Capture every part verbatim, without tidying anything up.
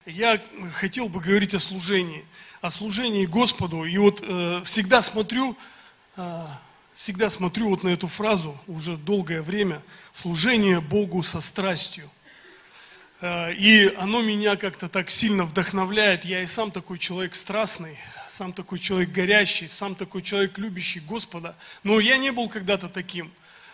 Я хотел бы говорить о служении, о служении Господу. И вот э, всегда смотрю, э, всегда смотрю вот на эту фразу уже долгое время: служение Богу со страстью. Э, и оно меня как-то так сильно вдохновляет. Я и сам такой человек страстный, сам такой человек горящий, сам такой человек любящий Господа. Но я не был когда-то таким.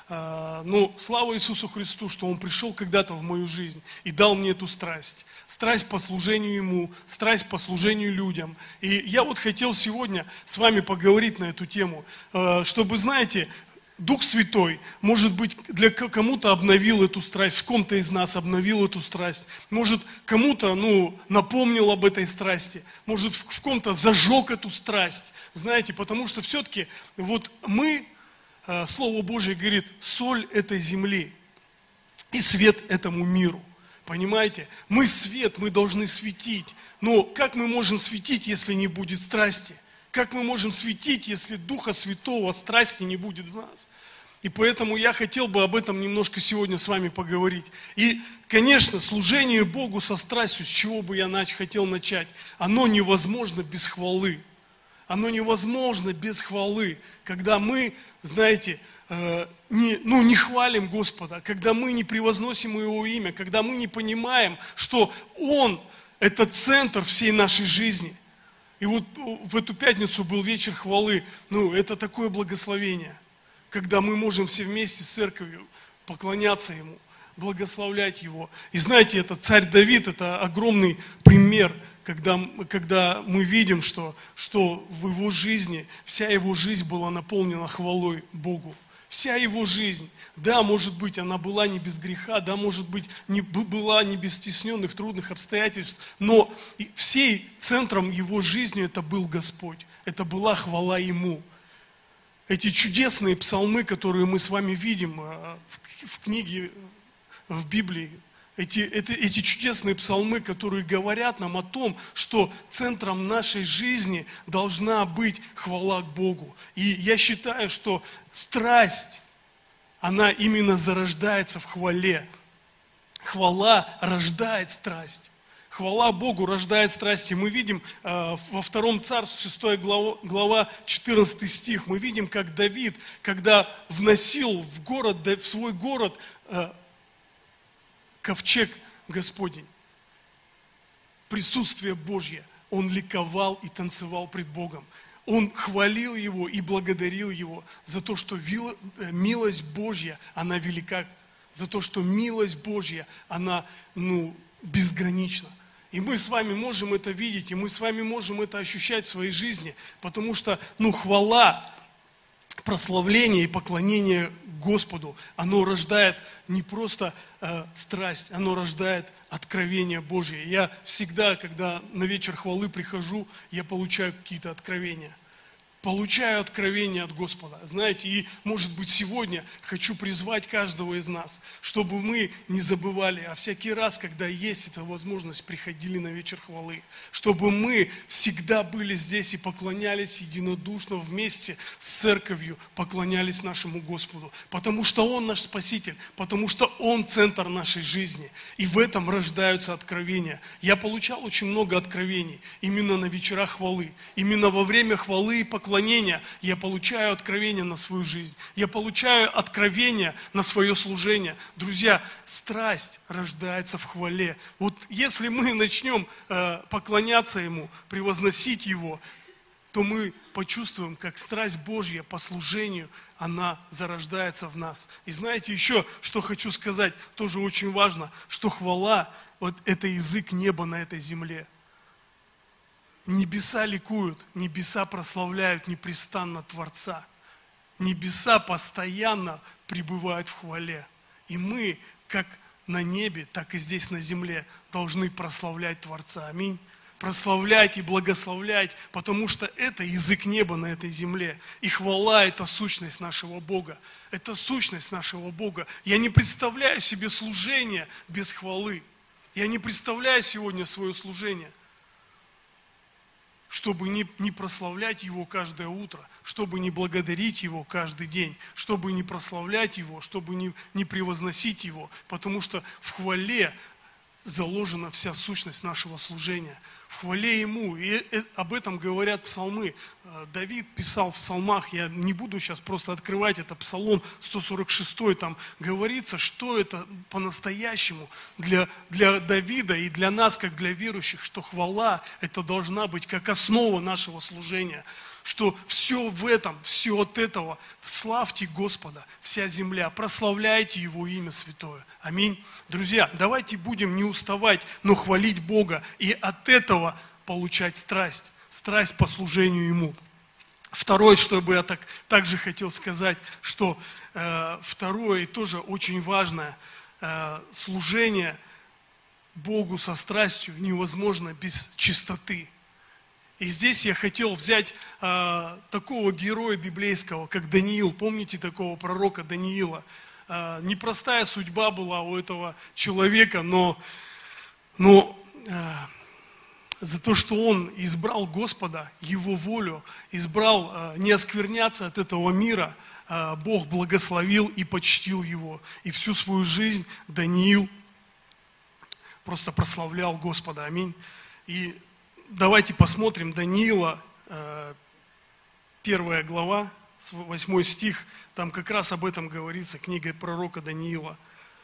Но слава Иисусу Христу, что Он пришел когда-то в мою жизнь и дал мне эту страсть. Страсть по служению Ему, страсть по служению людям. И я вот хотел сегодня с вами поговорить на эту тему, чтобы, знаете, Дух Святой, может быть, для кому-то обновил эту страсть, в ком-то из нас обновил эту страсть, может, кому-то, ну, напомнил об этой страсти, может, в ком-то зажег эту страсть, знаете, потому что все-таки вот мы... Слово Божье говорит: соль этой земли и свет этому миру. Понимаете? Мы свет, мы должны светить. Но как мы можем светить, если не будет страсти? Как мы можем светить, если Духа Святого, страсти не будет в нас? И поэтому я хотел бы об этом немножко сегодня с вами поговорить. И, конечно, служение Богу со страстью, с чего бы я нач- хотел начать, оно невозможно без хвалы. Оно невозможно без хвалы, когда мы, знаете, э, не, ну, не хвалим Господа, когда мы не превозносим Его имя, когда мы не понимаем, что Он – это центр всей нашей жизни. И вот в эту пятницу был вечер хвалы. Ну, это такое благословение, когда мы можем все вместе с церковью поклоняться Ему, благословлять Его. И знаете, это царь Давид, это огромный пример. Когда, когда мы видим, что, что в его жизни, вся его жизнь была наполнена хвалой Богу. Вся его жизнь, да, может быть, она была не без греха, да, может быть, не, была не без стесненных, трудных обстоятельств, но всей центром его жизни это был Господь, это была хвала Ему. Эти чудесные псалмы, которые мы с вами видим в, в книге, в Библии, Эти, это, эти чудесные псалмы, которые говорят нам о том, что центром нашей жизни должна быть хвала к Богу. И я считаю, что страсть, она именно зарождается в хвале. Хвала рождает страсть. Хвала Богу рождает страсть. И мы видим э, во втором Царстве, шестая глава, глава, четырнадцатый стих, мы видим, как Давид, когда вносил в, город, в свой город э, ковчег Господень, присутствие Божье, он ликовал и танцевал пред Богом. Он хвалил Его и благодарил Его за то, что милость Божья, она велика, за то, что милость Божья, она, ну, безгранична. И мы с вами можем это видеть, и мы с вами можем это ощущать в своей жизни, потому что, ну, хвала, прославление и поклонение Господу, оно рождает не просто э, страсть, оно рождает откровение Божье. Я всегда, когда на вечер хвалы прихожу, я получаю какие-то откровения. Получаю откровение от Господа. Знаете, и, может быть, сегодня хочу призвать каждого из нас, чтобы мы не забывали, а всякий раз, когда есть эта возможность, приходили на вечер хвалы. Чтобы мы всегда были здесь и поклонялись единодушно вместе с церковью, поклонялись нашему Господу. Потому что Он наш Спаситель, потому что Он центр нашей жизни. И в этом рождаются откровения. Я получал очень много откровений именно на вечерах хвалы. Именно во время хвалы и поклонения я получаю откровение на свою жизнь. Я получаю откровение на свое служение. Друзья, страсть рождается в хвале. Вот если мы начнем э, поклоняться Ему, превозносить Его, то мы почувствуем, как страсть Божья по служению, она зарождается в нас. И знаете, еще, что хочу сказать, тоже очень важно, что хвала, вот это язык неба на этой земле. Небеса ликуют, небеса прославляют непрестанно Творца. Небеса постоянно пребывают в хвале. И мы, как на небе, так и здесь на земле, должны прославлять Творца. Аминь. Прославлять и благословлять, потому что это язык неба на этой земле. И хвала – это сущность нашего Бога. Это сущность нашего Бога. Я не представляю себе служение без хвалы. Я не представляю сегодня свое служение, чтобы не, не прославлять Его каждое утро, чтобы не благодарить Его каждый день, чтобы не прославлять Его, чтобы не, не превозносить Его, потому что в хвале заложена вся сущность нашего служения. В хвале Ему. И об этом говорят псалмы. Давид писал в псалмах, я не буду сейчас просто открывать, это псалом сто сорок шесть, там говорится, что это по-настоящему для, для Давида и для нас, как для верующих, что хвала, это должна быть как основа нашего служения. Что все в этом, все от этого, славьте Господа, вся земля, прославляйте Его имя святое. Аминь. Друзья, давайте будем не уставать, но хвалить Бога и от этого получать страсть, страсть по служению Ему. Второе, что бы я так, также хотел сказать, что э, второе и тоже очень важное, э, служение Богу со страстью невозможно без чистоты. И здесь я хотел взять э, такого героя библейского, как Даниил. Помните такого пророка Даниила? Э, непростая судьба была у этого человека, но, но э, за то, что он избрал Господа, Его волю, избрал э, не оскверняться от этого мира, э, Бог благословил и почтил его. И всю свою жизнь Даниил просто прославлял Господа. Аминь. И давайте посмотрим Даниила, первая глава, восьмой стих, там как раз об этом говорится, книга пророка Даниила.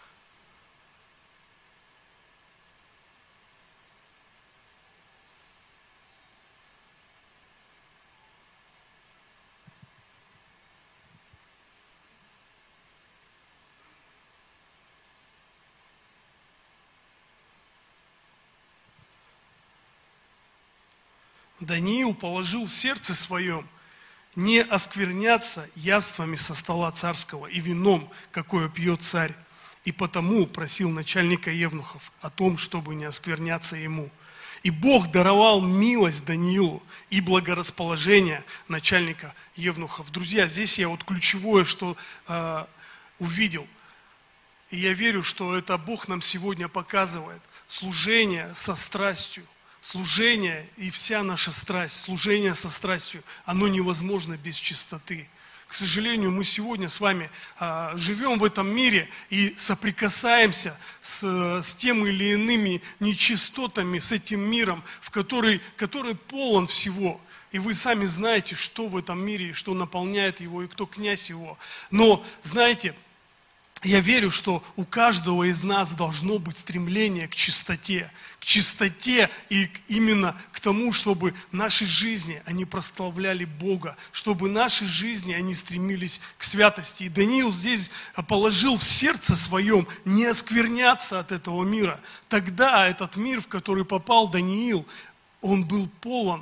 Даниил положил в сердце своем не оскверняться явствами со стола царского и вином, какое пьет царь, и потому просил начальника евнухов о том, чтобы не оскверняться ему. И Бог даровал милость Даниилу и благорасположение начальника евнухов. Друзья, здесь я вот ключевое, что э, увидел, и я верю, что это Бог нам сегодня показывает, служение со страстью. Служение и вся наша страсть, служение со страстью, оно невозможно без чистоты. К сожалению, мы сегодня с вами а, живем в этом мире и соприкасаемся с, с тем или иными нечистотами, с этим миром, в который, который полон всего. И вы сами знаете, что в этом мире, что наполняет его и кто князь его. Но, знаете, я верю, что у каждого из нас должно быть стремление к чистоте, к чистоте и именно к тому, чтобы наши жизни, они прославляли Бога, чтобы наши жизни, они стремились к святости. И Даниил здесь положил в сердце своем не оскверняться от этого мира. Тогда этот мир, в который попал Даниил, он был полон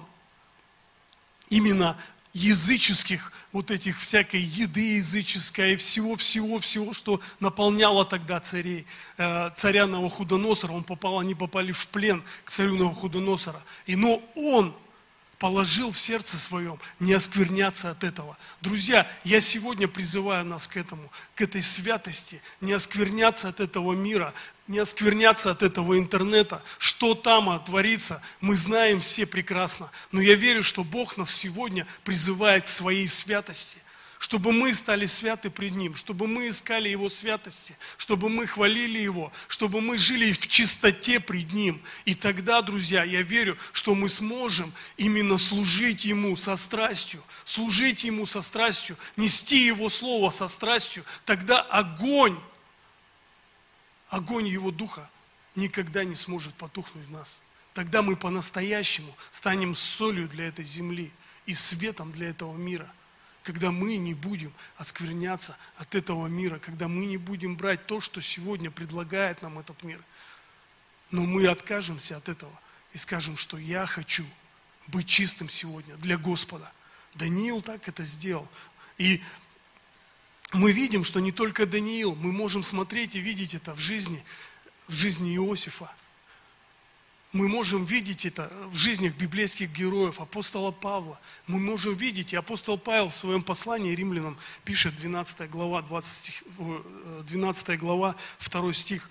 именно языческих, вот этих всякой еды языческой, всего-всего-всего, что наполняло тогда царей. Царя Навуходоносора, он попал, они попали в плен к царю Навуходоносора. И но он положил в сердце своем не оскверняться от этого. Друзья, я сегодня призываю нас к этому, к этой святости, не оскверняться от этого мира, не оскверняться от этого интернета. Что там творится, мы знаем все прекрасно. Но я верю, что Бог нас сегодня призывает к своей святости, чтобы мы стали святы пред Ним, чтобы мы искали Его святости, чтобы мы хвалили Его, чтобы мы жили в чистоте пред Ним. И тогда, друзья, я верю, что мы сможем именно служить Ему со страстью, служить Ему со страстью, нести Его Слово со страстью. Тогда огонь, огонь Его Духа никогда не сможет потухнуть в нас. Тогда мы по-настоящему станем солью для этой земли и светом для этого мира. Когда мы не будем оскверняться от этого мира, когда мы не будем брать то, что сегодня предлагает нам этот мир, но мы откажемся от этого и скажем, что я хочу быть чистым сегодня для Господа. Даниил так это сделал. И мы видим, что не только Даниил, мы можем смотреть и видеть это в жизни, в жизни Иосифа. Мы можем видеть это в жизнях библейских героев, апостола Павла. Мы можем видеть, и апостол Павел в своем послании римлянам пишет, двенадцатая глава, двадцать, двенадцатая глава, второй стих.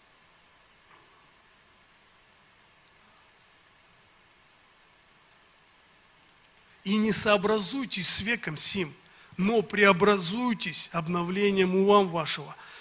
«И не сообразуйтесь с веком сим, но преобразуйтесь обновлением умам вашего,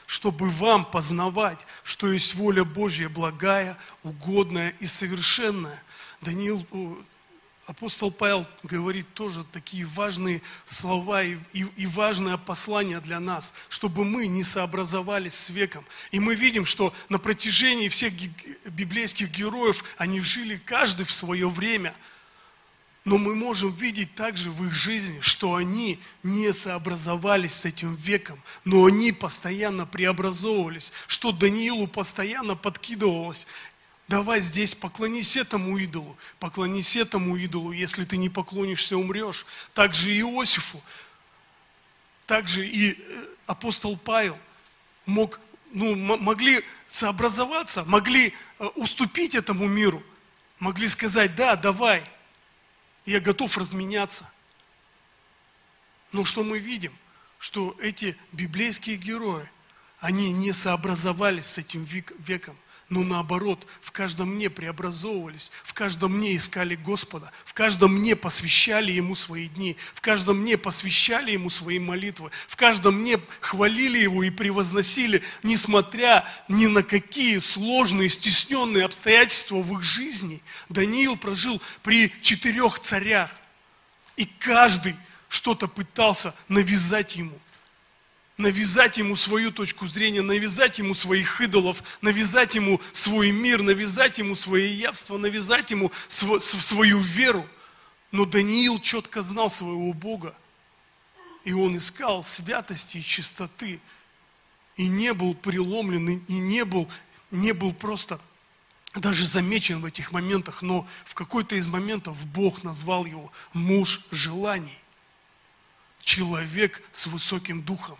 чтобы вам познавать, что есть воля Божья, благая, угодная и совершенная. Даниил, апостол Павел говорит тоже такие важные слова и, и, и важное послание для нас, чтобы мы не сообразовались с веком. И мы видим, что на протяжении всех библейских героев они жили каждый в свое время. Но мы можем видеть также в их жизни, что они не сообразовались с этим веком, но они постоянно преобразовывались, что Даниилу постоянно подкидывалось. Давай здесь поклонись этому идолу, поклонись этому идолу, если ты не поклонишься, умрешь. Также и Иосифу, также и апостол Павел мог, ну, могли сообразоваться, могли уступить этому миру, могли сказать: да, давай, я готов разменяться. Но что мы видим? Что эти библейские герои, они не сообразовались с этим веком, но наоборот, в каждом мне преобразовывались, в каждом мне искали Господа, в каждом мне посвящали Ему свои дни, в каждом мне посвящали Ему свои молитвы, в каждом мне хвалили Его и превозносили, несмотря ни на какие сложные, стесненные обстоятельства в их жизни. Даниил прожил при четырех царях, и каждый что-то пытался навязать ему. навязать ему свою точку зрения, навязать ему своих идолов, навязать ему свой мир, навязать ему свои явства, навязать ему св- свою веру. Но Даниил четко знал своего Бога, и он искал святости и чистоты, и не был преломлен, и не был, не был просто даже замечен в этих моментах, но в какой-то из моментов Бог назвал его муж желаний, человек с высоким духом.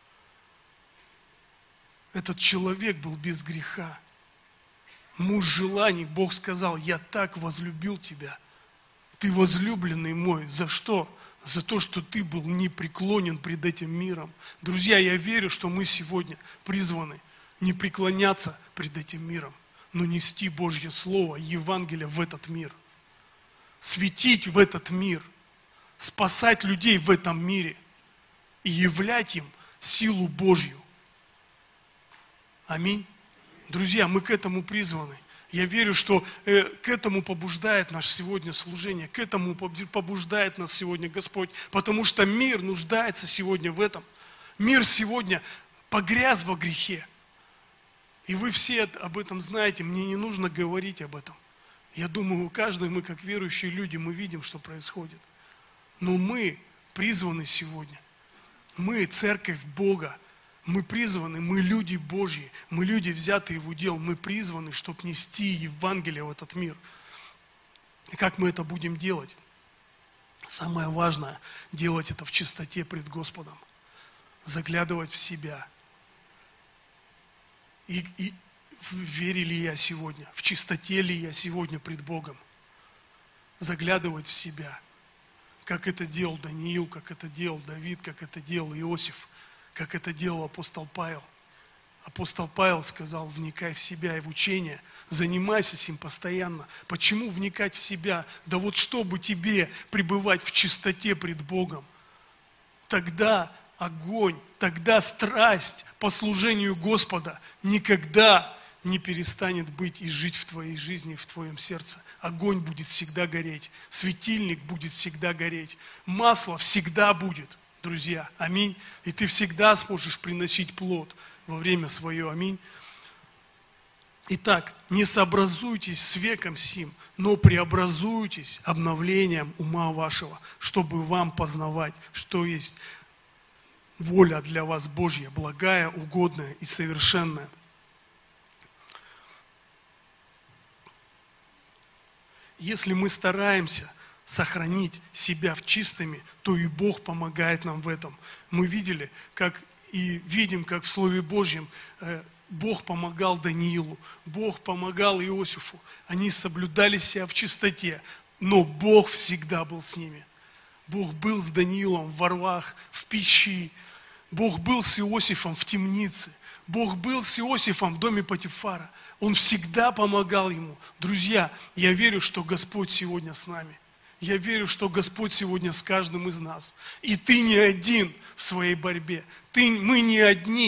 Этот человек был без греха. Муж желаний, Бог сказал: я так возлюбил тебя. Ты возлюбленный мой. За что? За то, что ты был непреклонен пред этим миром. Друзья, я верю, что мы сегодня призваны не преклоняться пред этим миром, но нести Божье Слово, Евангелие в этот мир. Светить в этот мир. Спасать людей в этом мире. И являть им силу Божью. Аминь. Друзья, мы к этому призваны. Я верю, что э, к этому побуждает наше сегодня служение, к этому побуждает нас сегодня Господь, потому что мир нуждается сегодня в этом. Мир сегодня погряз во грехе. И вы все об этом знаете, мне не нужно говорить об этом. Я думаю, каждый, мы как верующие люди, мы видим, что происходит. Но мы призваны сегодня. Мы церковь Бога. Мы призваны, мы люди Божьи, мы люди, взятые в удел, мы призваны, чтобы нести Евангелие в этот мир. И как мы это будем делать? Самое важное, делать это в чистоте пред Господом. Заглядывать в себя. И, и в вере ли я сегодня, в чистоте ли я сегодня пред Богом. Заглядывать в себя. Как это делал Даниил, как это делал Давид, как это делал Иосиф. Как это делал апостол Павел. Апостол Павел сказал: вникай в себя и в учение, занимайся сим постоянно. Почему вникать в себя? Да вот чтобы тебе пребывать в чистоте пред Богом. Тогда огонь, тогда страсть по служению Господа никогда не перестанет быть и жить в твоей жизни, в твоем сердце. Огонь будет всегда гореть, светильник будет всегда гореть, масло всегда будет. Друзья, аминь. И ты всегда сможешь приносить плод во время свое, аминь. Итак, не сообразуйтесь с веком сим, но преобразуйтесь обновлением ума вашего, чтобы вам познавать, что есть воля для вас Божья, благая, угодная и совершенная. Если мы стараемся сохранить себя в чистыми, то и Бог помогает нам в этом. Мы видели, как и видим, как в Слове Божьем э, Бог помогал Даниилу, Бог помогал Иосифу. Они соблюдали себя в чистоте, но Бог всегда был с ними. Бог был с Даниилом во рвах, в печи. Бог был с Иосифом в темнице. Бог был с Иосифом в доме Потифара. Он всегда помогал ему. Друзья, я верю, что Господь сегодня с нами. Я верю, что Господь сегодня с каждым из нас. И ты не один в своей борьбе. Ты, мы не одни,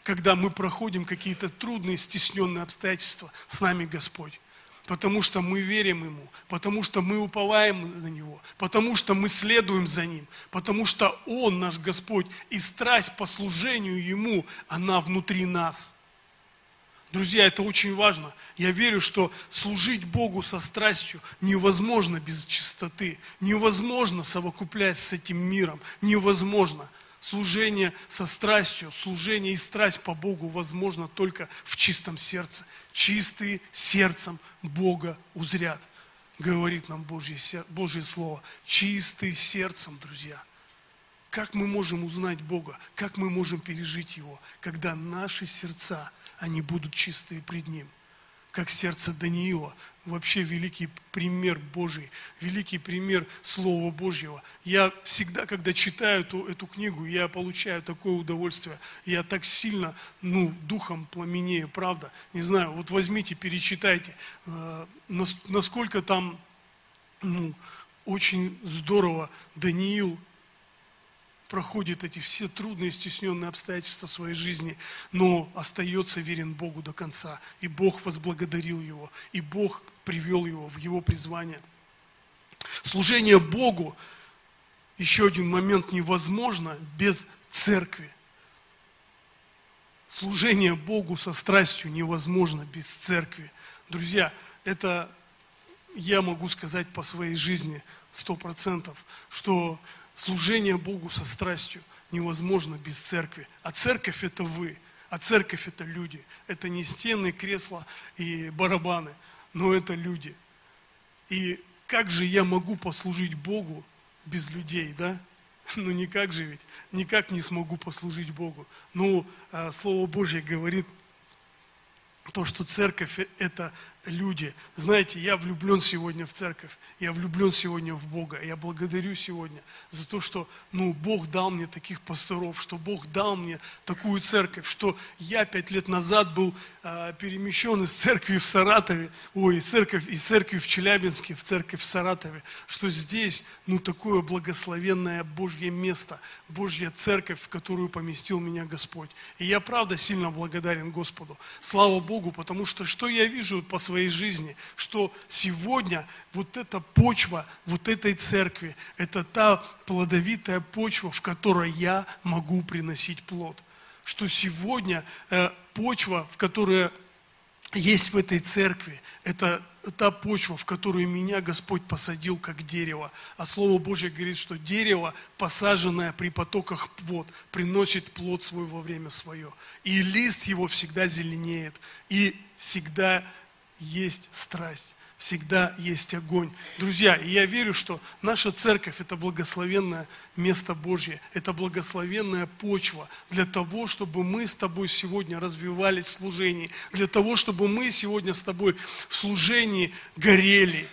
когда мы проходим какие-то трудные, стесненные обстоятельства, с нами Господь. Потому что мы верим Ему, потому что мы уповаем на Него, потому что мы следуем за Ним, потому что Он наш Господь, и страсть по служению Ему, она внутри нас. Друзья, это очень важно. Я верю, что служить Богу со страстью невозможно без чистоты, невозможно совокупляясь с этим миром, невозможно. Служение со страстью, служение и страсть по Богу возможно только в чистом сердце. Чистые сердцем Бога узрят, говорит нам Божье, Божье Слово. Чистые сердцем, друзья. Как мы можем узнать Бога? Как мы можем пережить Его? Когда наши сердца, они будут чистые пред Ним. Как сердце Даниила. Вообще великий пример Божий, великий пример Слова Божьего. Я всегда, когда читаю эту, эту книгу, я получаю такое удовольствие. Я так сильно, ну, духом пламенею, правда. Не знаю, вот возьмите, перечитайте, э, насколько там, ну, очень здорово Даниил проходит эти все трудные, стесненные обстоятельства своей жизни, но остается верен Богу до конца. И Бог возблагодарил его, и Бог привел его в его призвание. Служение Богу, еще один момент, невозможно без церкви. Служение Богу со страстью невозможно без церкви. Друзья, это я могу сказать по своей жизни сто процентов, что служение Богу со страстью невозможно без церкви. А церковь – это вы, а церковь – это люди. Это не стены, кресла и барабаны, но это люди. И как же я могу послужить Богу без людей, да? Ну никак же ведь, никак не смогу послужить Богу. Ну, Слово Божье говорит, то, что церковь – это люди. Знаете, я влюблен сегодня в церковь, я влюблен сегодня в Бога. Я благодарю сегодня за то, что, ну, Бог дал мне таких пасторов, что Бог дал мне такую церковь, что я пять лет назад был а, перемещен из церкви в Саратове, ой, из церковь, из церкви в Челябинске, в церковь в Саратове, что здесь, ну, такое благословенное Божье место, Божья церковь, в которую поместил меня Господь. И я, правда, сильно благодарен Господу. Слава Богу, потому что что я вижу по своей жизни, что сегодня вот эта почва, вот этой церкви, это та плодовитая почва, в которой я могу приносить плод. Что сегодня э, почва, в которой есть в этой церкви, это та почва, в которую меня Господь посадил как дерево. А Слово Божье говорит, что дерево, посаженное при потоках вод, приносит плод свой во время свое. И лист его всегда зеленеет, и всегда есть страсть, всегда есть огонь. Друзья, и я верю, что наша церковь – это благословенное место Божье, это благословенная почва для того, чтобы мы с тобой сегодня развивались в служении, для того, чтобы мы сегодня с тобой в служении горели.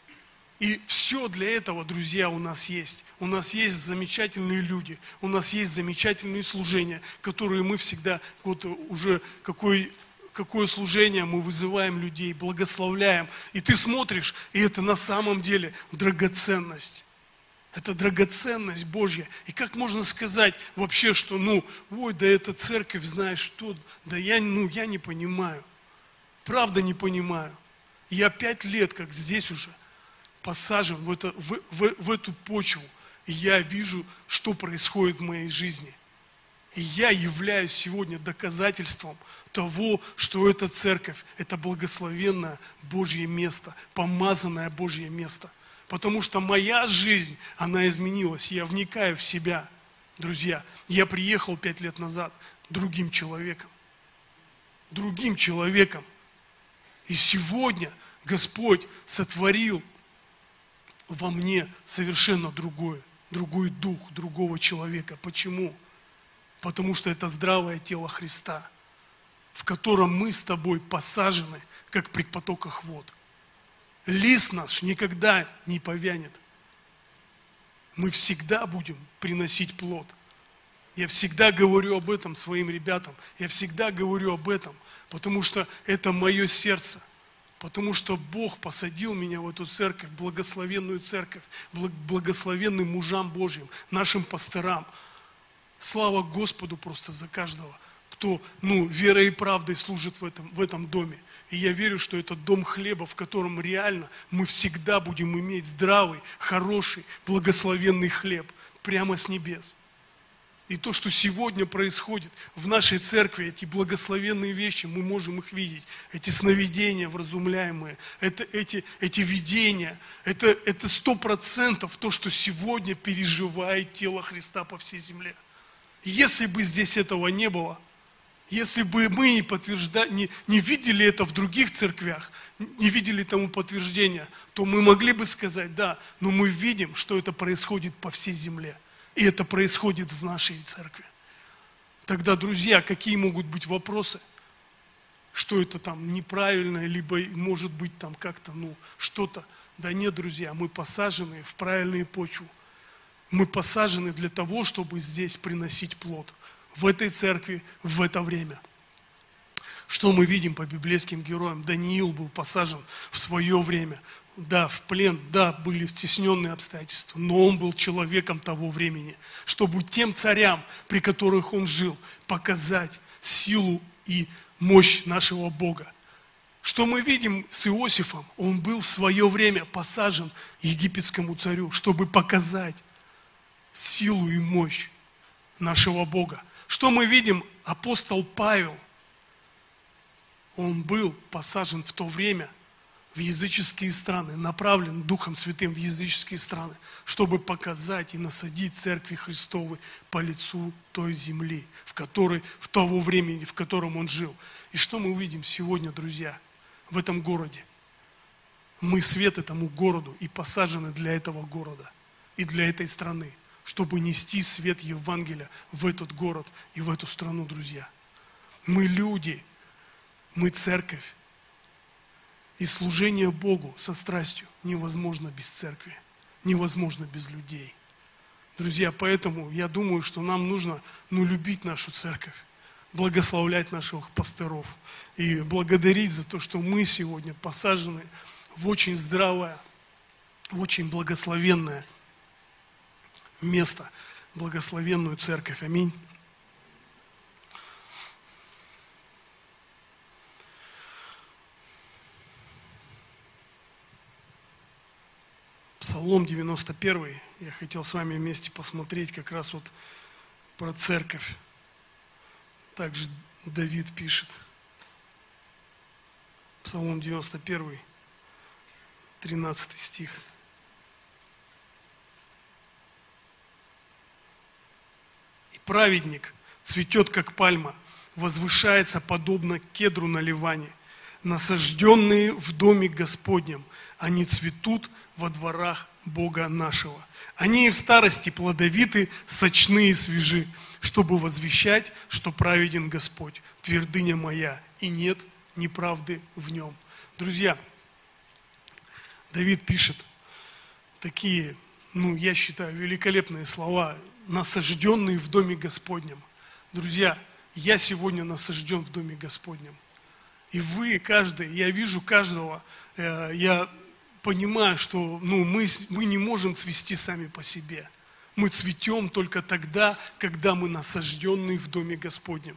И все для этого, друзья, у нас есть. У нас есть замечательные люди, у нас есть замечательные служения, которые мы всегда, вот уже какой... какое служение мы вызываем людей, благословляем. И ты смотришь, и это на самом деле драгоценность. Это драгоценность Божья. И как можно сказать вообще, что, ну, ой, да это церковь, знаешь что, да я, ну, я не понимаю. Правда не понимаю. Я пять лет, как здесь уже, посажен в, это, в, в, в эту почву. И я вижу, что происходит в моей жизни. И я являюсь сегодня доказательством того, что эта церковь – это благословенное Божье место, помазанное Божье место. Потому что моя жизнь, она изменилась. Я вникаю в себя, друзья. Я приехал пять лет назад другим человеком. Другим человеком. И сегодня Господь сотворил во мне совершенно другое, другой дух, другого человека. Почему? Потому что это здравое тело Христа, в котором мы с тобой посажены, как при потоках вод. Лист наш никогда не повянет. Мы всегда будем приносить плод. Я всегда говорю об этом своим ребятам. Я всегда говорю об этом, потому что это мое сердце. Потому что Бог посадил меня в эту церковь, благословенную церковь, благословенным мужам Божьим, нашим пасторам. Слава Господу просто за каждого, кто, ну, верой и правдой служит в этом, в этом доме. И я верю, что это дом хлеба, в котором реально мы всегда будем иметь здравый, хороший, благословенный хлеб прямо с небес. И то, что сегодня происходит в нашей церкви, эти благословенные вещи, мы можем их видеть. Эти сновидения вразумляемые, это, эти, эти видения, это, это сто процентов то, что сегодня переживает тело Христа по всей земле. Если бы здесь этого не было, если бы мы не, подтвержда... не, не видели это в других церквях, не видели тому подтверждения, то мы могли бы сказать, да, но мы видим, что это происходит по всей земле. И это происходит в нашей церкви. Тогда, друзья, какие могут быть вопросы? Что это там неправильно, либо может быть там как-то, ну, что-то. Да нет, друзья, мы посажены в правильную почву. Мы посажены для того, чтобы здесь приносить плод. В этой церкви, в это время. Что мы видим по библейским героям? Даниил был посажен в свое время. Да, в плен, да, были стесненные обстоятельства, но он был человеком того времени, чтобы тем царям, при которых он жил, показать силу и мощь нашего Бога. Что мы видим с Иосифом? Он был в свое время посажен египетскому царю, чтобы показать силу и мощь нашего Бога. Что мы видим? Апостол Павел, он был посажен в то время в языческие страны, направлен Духом Святым в языческие страны, чтобы показать и насадить церкви Христовой по лицу той земли, в которой, в того времени, в котором он жил. И что мы увидим сегодня, друзья, в этом городе? Мы свет этому городу и посажены для этого города и для этой страны, чтобы нести свет Евангелия в этот город и в эту страну, друзья. Мы люди, мы церковь. И служение Богу со страстью невозможно без церкви, невозможно без людей. Друзья, поэтому я думаю, что нам нужно, ну, любить нашу церковь, благословлять наших пастыров и благодарить за то, что мы сегодня посажены в очень здравое, в очень благословенное место, благословенную церковь. Аминь. Псалом девяносто первый, я хотел с вами вместе посмотреть как раз вот про церковь. Также Давид пишет. Псалом девяносто первый, тринадцатый стих. «И праведник цветет, как пальма, возвышается, подобно кедру на Ливане, насажденные в доме Господнем, они цветут во дворах Бога нашего. Они и в старости плодовиты, сочны и свежи, чтобы возвещать, что праведен Господь, твердыня моя, и нет неправды в нем». Друзья, Давид пишет такие, ну, я считаю, великолепные слова, насажденные в доме Господнем. Друзья, я сегодня насажден в доме Господнем. И вы, каждый, я вижу каждого, э, я понимаю, что, ну, мы, мы не можем цвести сами по себе. Мы цветем только тогда, когда мы насажденные в доме Господнем.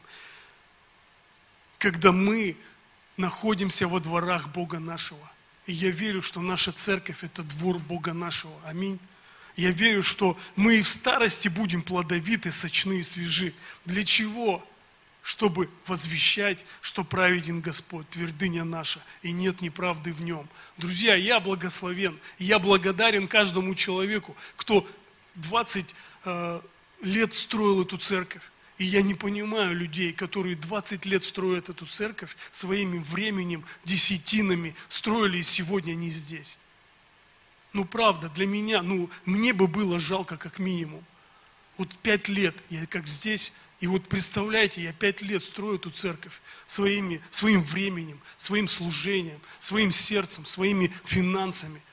Когда мы находимся во дворах Бога нашего. И я верю, что наша церковь – это двор Бога нашего. Аминь. Я верю, что мы и в старости будем плодовиты, сочны и свежи. Для чего? Чтобы возвещать, что праведен Господь, твердыня наша, и нет неправды в нем. Друзья, я благословен, и я благодарен каждому человеку, кто двадцать э, лет строил эту церковь. И я не понимаю людей, которые двадцать лет строят эту церковь, своими временем, десятинами строили, и сегодня не здесь. Ну правда, для меня, ну мне бы было жалко как минимум. Вот пять лет я как здесь. И вот представляете, я пять лет строю эту церковь своими, своим временем, своим служением, своим сердцем, своими финансами.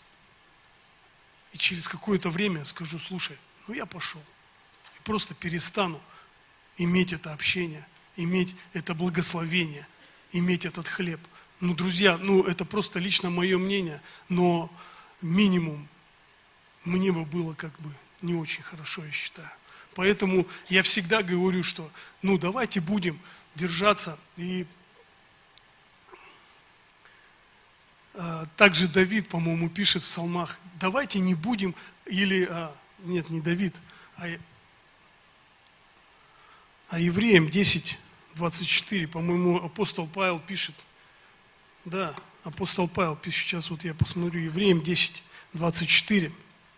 И через какое-то время скажу: слушай, ну я пошел. И просто перестану иметь это общение, иметь это благословение, иметь этот хлеб. Ну, друзья, ну это просто лично мое мнение, но минимум мне бы было как бы не очень хорошо, я считаю. Поэтому я всегда говорю, что ну давайте будем держаться. И э, также Давид, по-моему, пишет в псалмах, давайте не будем, или, э, нет, не Давид, а, а Евреям десять, двадцать четыре, по-моему, апостол Павел пишет, да, апостол Павел пишет, сейчас вот я посмотрю, Евреям десять, двадцать четыре,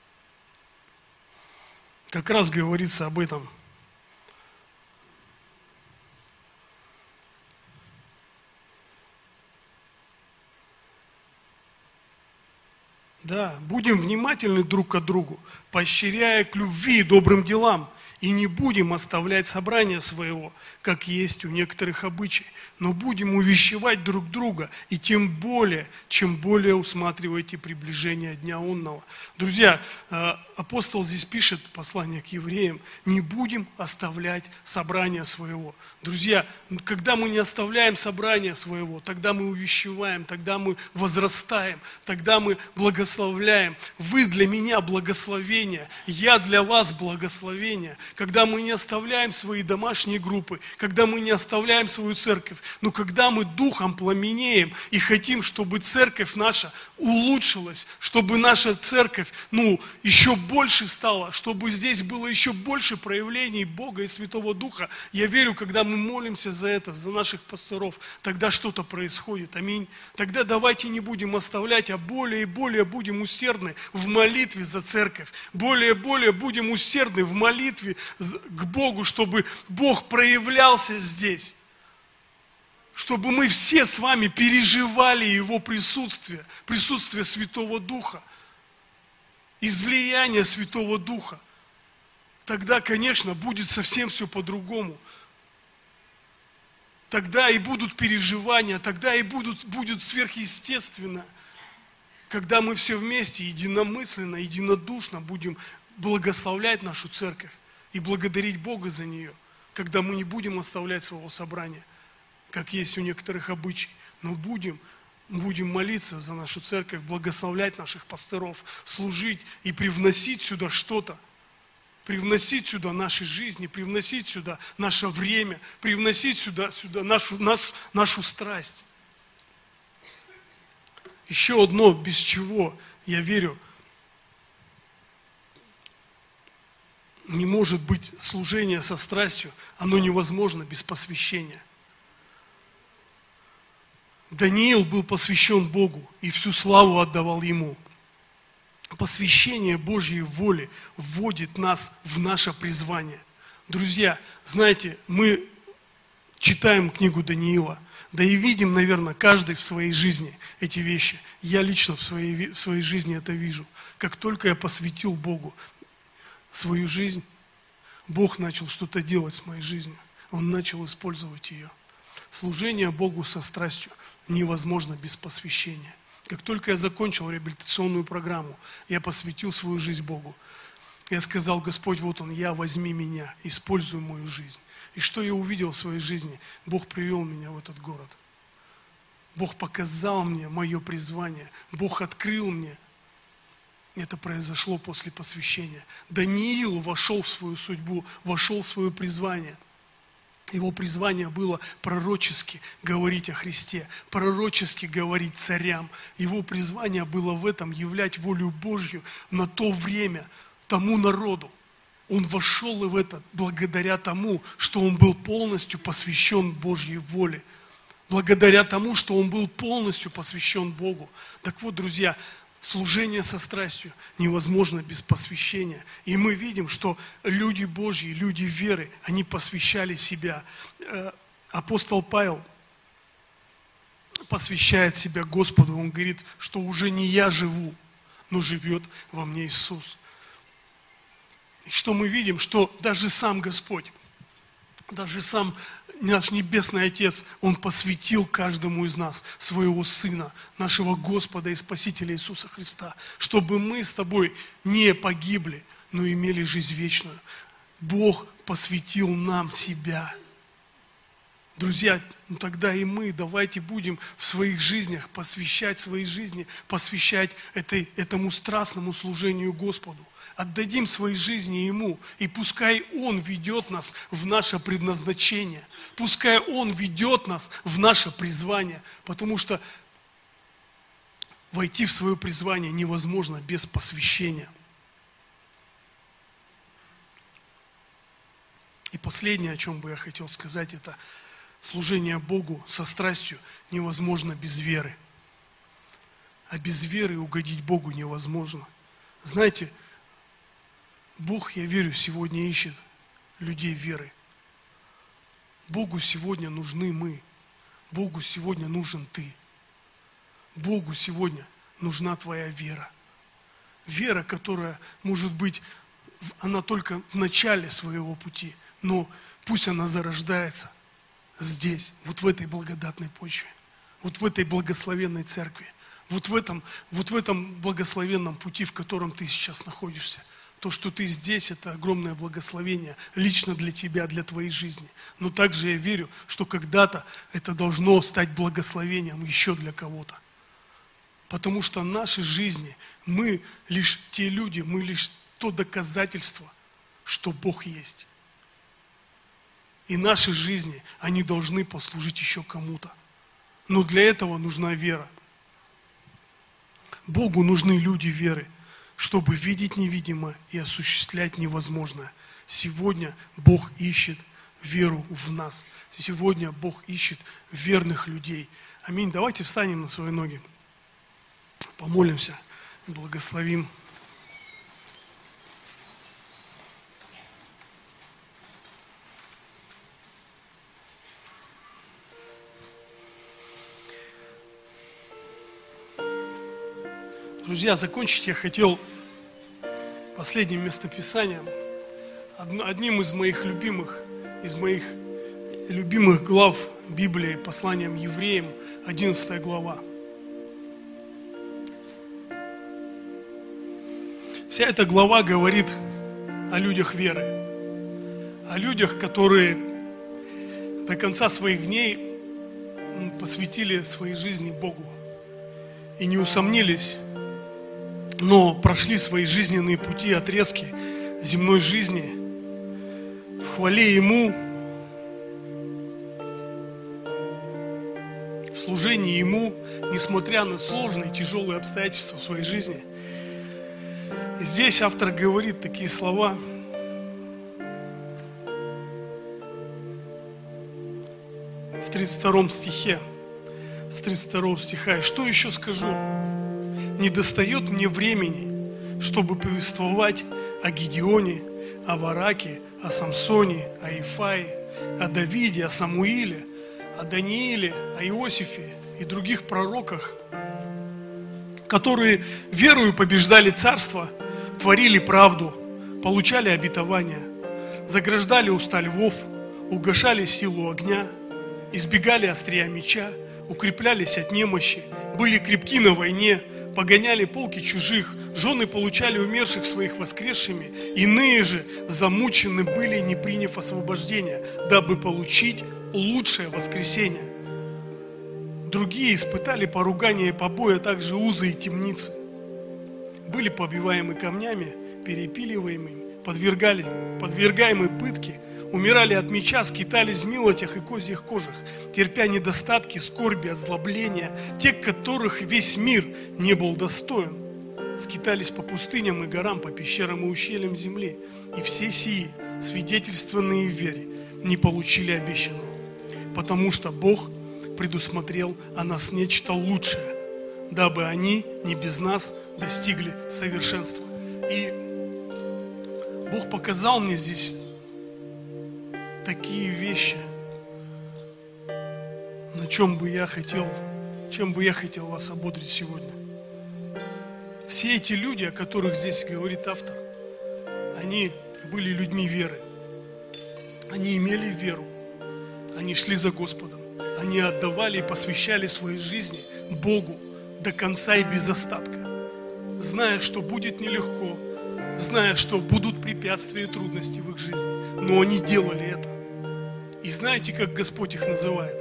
как раз говорится об этом. Да, будем внимательны друг к другу, поощряя к любви и добрым делам, и не будем оставлять собрания своего, как есть у некоторых обычай, но будем увещевать друг друга, и тем более, чем более усматриваете приближение Дня онного. Друзья, апостол здесь пишет послание к евреям, не будем оставлять собрания своего. Друзья, когда мы не оставляем собрания своего, тогда мы увещеваем, тогда мы возрастаем, тогда мы благословляем. Вы для меня благословение, я для вас благословение. Когда мы не оставляем свои домашние группы, когда мы не оставляем свою церковь, но когда мы духом пламенеем и хотим, чтобы церковь наша улучшилась, чтобы наша церковь, ну, еще больше стала, чтобы здесь было еще больше проявлений Бога и Святого Духа, я верю, когда мы молимся за это, за наших пасторов, тогда что-то происходит, аминь. Тогда давайте не будем оставлять, а более и более будем усердны в молитве за церковь, более и более будем усердны в молитве к Богу, чтобы Бог проявлялся здесь, чтобы мы все с вами переживали Его присутствие, присутствие Святого Духа, излияние Святого Духа. Тогда, конечно, будет совсем все по-другому. Тогда и будут переживания, тогда и будут, будет сверхъестественно, когда мы все вместе, единомысленно, единодушно будем благословлять нашу церковь и благодарить Бога за нее, когда мы не будем оставлять своего собрания, как есть у некоторых обычаев, но будем, будем молиться за нашу церковь, благословлять наших пасторов, служить и привносить сюда что-то, привносить сюда наши жизни, привносить сюда наше время, привносить сюда, сюда нашу, нашу, нашу страсть. Еще одно, без чего, я верю, не может быть служение со страстью, оно невозможно без посвящения. Даниил был посвящен Богу и всю славу отдавал Ему. Посвящение Божьей воли вводит нас в наше призвание. Друзья, знаете, мы читаем книгу Даниила, да и видим, наверное, каждый в своей жизни эти вещи. Я лично в своей, в своей жизни это вижу. Как только я посвятил Богу свою жизнь, Бог начал что-то делать с моей жизнью. Он начал использовать ее. Служение Богу со страстью невозможно без посвящения. Как только я закончил реабилитационную программу, я посвятил свою жизнь Богу. Я сказал: Господь, вот Он, я, возьми меня, используй мою жизнь. И что я увидел в своей жизни? Бог привел меня в этот город. Бог показал мне мое призвание. Бог открыл мне. Это произошло после посвящения. Даниил вошел в свою судьбу, вошел в свое призвание. Его призвание было пророчески говорить о Христе, пророчески говорить царям. Его призвание было в этом являть волю Божью на то время, тому народу. Он вошел и в это благодаря тому, что он был полностью посвящен Божьей воле. Благодаря тому, что он был полностью посвящен Богу. Так вот, друзья, служение со страстью невозможно без посвящения. И мы видим, что люди Божьи, люди веры, они посвящали себя. Апостол Павел посвящает себя Господу. Он говорит, что уже не я живу, но живет во мне Иисус. И что мы видим, что даже сам Господь, даже сам наш Небесный Отец, Он посвятил каждому из нас своего Сына, нашего Господа и Спасителя Иисуса Христа, чтобы мы с тобой не погибли, но имели жизнь вечную. Бог посвятил нам себя. Друзья, ну тогда и мы давайте будем в своих жизнях посвящать своей жизни, посвящать этой, этому страстному служению Господу. Отдадим свои жизни Ему, и пускай Он ведет нас в наше предназначение, пускай Он ведет нас в наше призвание, потому что войти в свое призвание невозможно без посвящения. И последнее, о чем бы я хотел сказать, это служение Богу со страстью невозможно без веры. А без веры угодить Богу невозможно. Знаете, Бог, я верю, сегодня ищет людей веры. Богу сегодня нужны мы. Богу сегодня нужен ты. Богу сегодня нужна твоя вера. Вера, которая, может быть, она только в начале своего пути, но пусть она зарождается здесь, вот в этой благодатной почве, вот в этой благословенной церкви, вот в этом, вот в этом благословенном пути, в котором ты сейчас находишься. То, что ты здесь, это огромное благословение лично для тебя, для твоей жизни. Но также я верю, что когда-то это должно стать благословением еще для кого-то. Потому что в нашей жизни мы лишь те люди, мы лишь то доказательство, что Бог есть. И наши жизни, они должны послужить еще кому-то. Но для этого нужна вера. Богу нужны люди веры, чтобы видеть невидимое и осуществлять невозможное. Сегодня Бог ищет веру в нас. Сегодня Бог ищет верных людей. Аминь. Давайте встанем на свои ноги. Помолимся, благословим. Друзья, закончить я хотел последним местописанием, одним из моих любимых, из моих любимых глав Библии, посланием евреям, одиннадцатая глава. Вся эта глава говорит о людях веры, о людях, которые до конца своих дней посвятили своей жизни Богу и не усомнились, но прошли свои жизненные пути, отрезки земной жизни в хвале Ему, в служении Ему, несмотря на сложные, тяжелые обстоятельства в своей жизни. И здесь автор говорит такие слова. В тридцать втором стихе, с тридцать второго стиха. «Что еще скажу? Не достает мне времени, чтобы повествовать о Гедеоне, о Вараке, о Самсоне, о Ифае, о Давиде, о Самуиле, о Данииле, о Иосифе и других пророках, которые верою побеждали царство, творили правду, получали обетования, заграждали уста львов, угашали силу огня, избегали острия меча, укреплялись от немощи, были крепки на войне, погоняли полки чужих, жены получали умерших своих воскресшими, иные же замучены были, не приняв освобождения, дабы получить лучшее воскресение. Другие испытали поругания и побои, а также узы и темницы. Были побиваемы камнями, перепиливаемыми, подвергали, подвергаемы пытке, умирали от меча, скитались в милотях и козьих кожах, терпя недостатки, скорби, озлобления, те, которых весь мир не был достоин. Скитались по пустыням и горам, по пещерам и ущельям земли. И все сии, свидетельственные в вере, не получили обещанного, потому что Бог предусмотрел о нас нечто лучшее, дабы они не без нас достигли совершенства. И Бог показал мне здесь такие вещи, на чем бы я хотел, чем бы я хотел вас ободрить сегодня. Все эти люди, о которых здесь говорит автор, они были людьми веры. Они имели веру. Они шли за Господом. Они отдавали и посвящали свои жизни Богу до конца и без остатка, зная, что будет нелегко, зная, что будут препятствия и трудности в их жизни. Но они делали это. И знаете, как Господь их называет?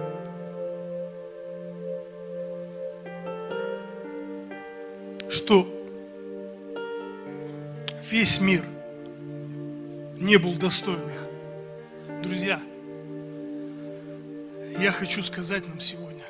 Что весь мир не был достоин их. Друзья, я хочу сказать нам сегодня,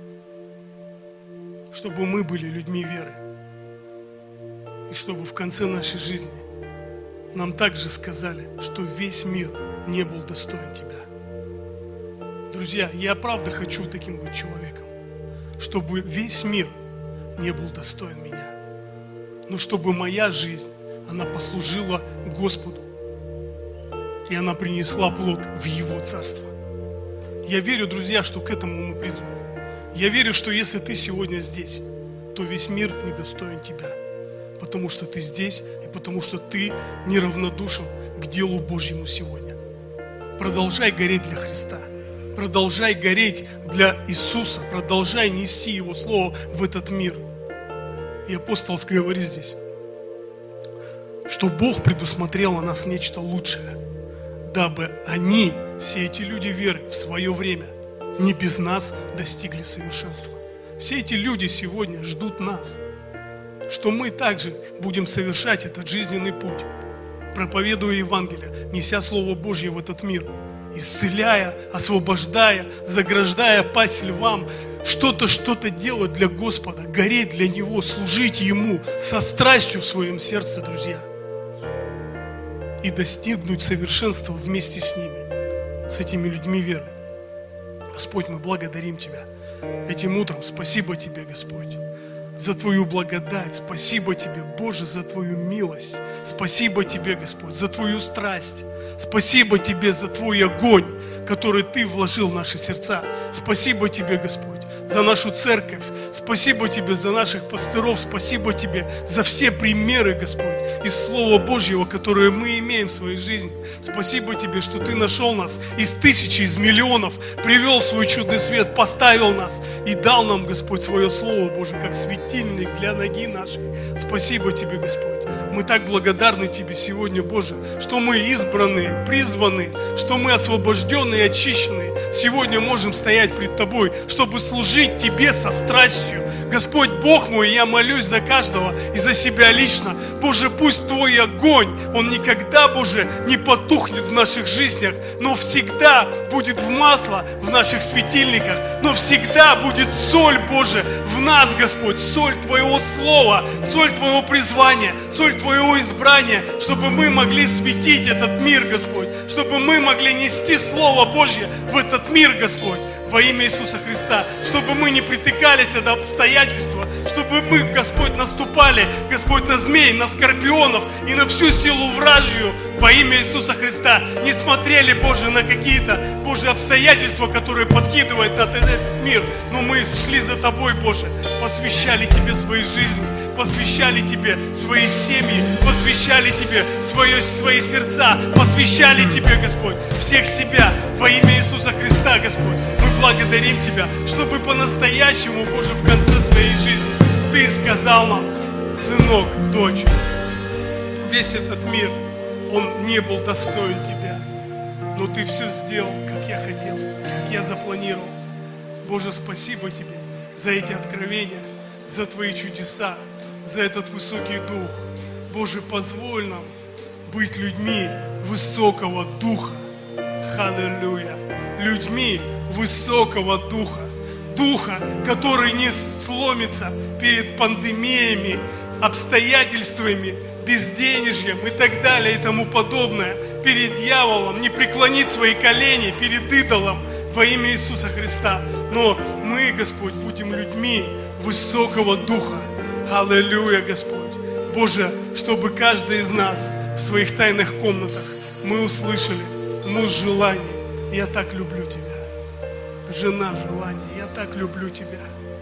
чтобы мы были людьми веры. И чтобы в конце нашей жизни нам также сказали, что весь мир не был достоин тебя. Друзья, я правда хочу таким быть человеком, чтобы весь мир не был достоин меня, но чтобы моя жизнь, она послужила Господу, и она принесла плод в Его Царство. Я верю, друзья, что к этому мы призваны. Я верю, что если ты сегодня здесь, то весь мир недостоин тебя, потому что ты здесь и потому что ты неравнодушен к делу Божьему сегодня. Продолжай гореть для Христа, продолжай гореть для Иисуса, продолжай нести Его Слово в этот мир. И апостол говорит здесь, что Бог предусмотрел на нас нечто лучшее, дабы они, все эти люди веры, в свое время не без нас достигли совершенства. Все эти люди сегодня ждут нас, что мы также будем совершать этот жизненный путь, проповедуя Евангелие, неся Слово Божье в этот мир, исцеляя, освобождая, заграждая пасть львам, что-то, что-то делать для Господа, гореть для Него, служить Ему со страстью в своем сердце, друзья, и достигнуть совершенства вместе с ними, с этими людьми веры. Господь, мы благодарим Тебя этим утром. Спасибо Тебе, Господь, за Твою благодать. Спасибо Тебе, Боже, за Твою милость. Спасибо Тебе, Господь, за Твою страсть. Спасибо Тебе за Твой огонь, который Ты вложил в наши сердца. Спасибо Тебе, Господь, за нашу церковь. Спасибо Тебе за наших пастыров. Спасибо Тебе за все примеры, Господь, из Слова Божьего, которые мы имеем в своей жизни. Спасибо Тебе, что Ты нашел нас из тысячи, из миллионов, привел в свой чудный свет, поставил нас и дал нам, Господь, свое Слово, Боже, как светильник для ноги нашей. Спасибо Тебе, Господь. Мы так благодарны Тебе сегодня, Боже, что мы избранные, призваны, что мы освобожденные, очищенные. Сегодня можем стоять пред Тобой, чтобы служить Тебе со страстью. Господь, Бог мой, я молюсь за каждого и за себя лично. Боже, пусть Твой огонь, он никогда, Боже, не потухнет в наших жизнях, но всегда будет в масло в наших светильниках, но всегда будет соль, Боже, в нас, Господь, соль Твоего Слова, соль Твоего призвания, соль Твоего избрания, чтобы мы могли светить этот мир, Господь, чтобы мы могли нести Слово Божье в этот мир, Господь. Во имя Иисуса Христа, чтобы мы не притыкались до обстоятельства, чтобы мы, Господь, наступали, Господь, на змей, на скорпионов и на всю силу вражью во имя Иисуса Христа. Не смотрели, Боже, на какие-то, Боже, обстоятельства, которые подкидывают на этот мир, но мы шли за Тобой, Боже, посвящали Тебе свои жизни, посвящали Тебе свои семьи, посвящали Тебе свое, свои сердца, посвящали Тебе, Господь, всех себя во имя Иисуса Христа, Господь. Мы благодарим Тебя, чтобы по-настоящему, Боже, в конце своей жизни Ты сказал нам, сынок, дочь, весь этот мир, он не был достоин Тебя, но Ты все сделал, как я хотел, как я запланировал. Боже, спасибо Тебе за эти откровения, за Твои чудеса, за этот высокий дух. Боже, позволь нам быть людьми высокого духа. Аллилуйя. Людьми высокого духа. Духа, который не сломится перед пандемиями, обстоятельствами, безденежьем и так далее и тому подобное. Перед дьяволом не преклонит свои колени перед идолом во имя Иисуса Христа. Но мы, Господь, будем людьми высокого духа. Аллилуйя, Господь. Боже, чтобы каждый из нас в своих тайных комнатах мы услышали муж желаний, я так люблю Тебя. Жена желаний, я так люблю Тебя.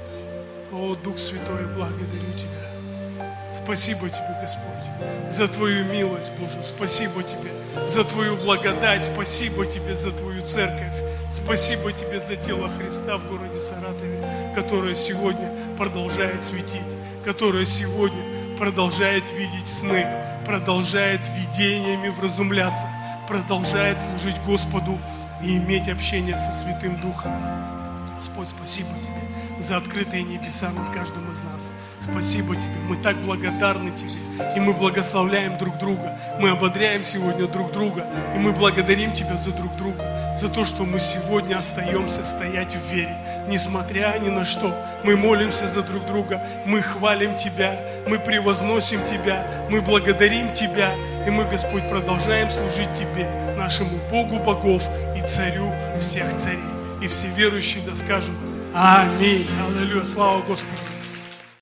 О, Дух Святой, благодарю Тебя. Спасибо Тебе, Господь, за Твою милость, Боже. Спасибо Тебе за Твою благодать. Спасибо Тебе за Твою церковь. Спасибо Тебе за тело Христа в городе Саратове, которое сегодня продолжает светить, которое сегодня продолжает видеть сны, продолжает видениями вразумляться, продолжает служить Господу и иметь общение со Святым Духом. Господь, спасибо Тебе за открытые небеса над каждым из нас. Спасибо Тебе, мы так благодарны Тебе, и мы благословляем друг друга, мы ободряем сегодня друг друга, и мы благодарим Тебя за друг друга, за то, что мы сегодня остаемся стоять в вере, несмотря ни на что. Мы молимся за друг друга, мы хвалим Тебя, мы превозносим Тебя, мы благодарим Тебя, и мы, Господь, продолжаем служить Тебе, нашему Богу богов и Царю всех царей. И все верующие да скажут: Аминь. Аллилуйя. Слава Господу.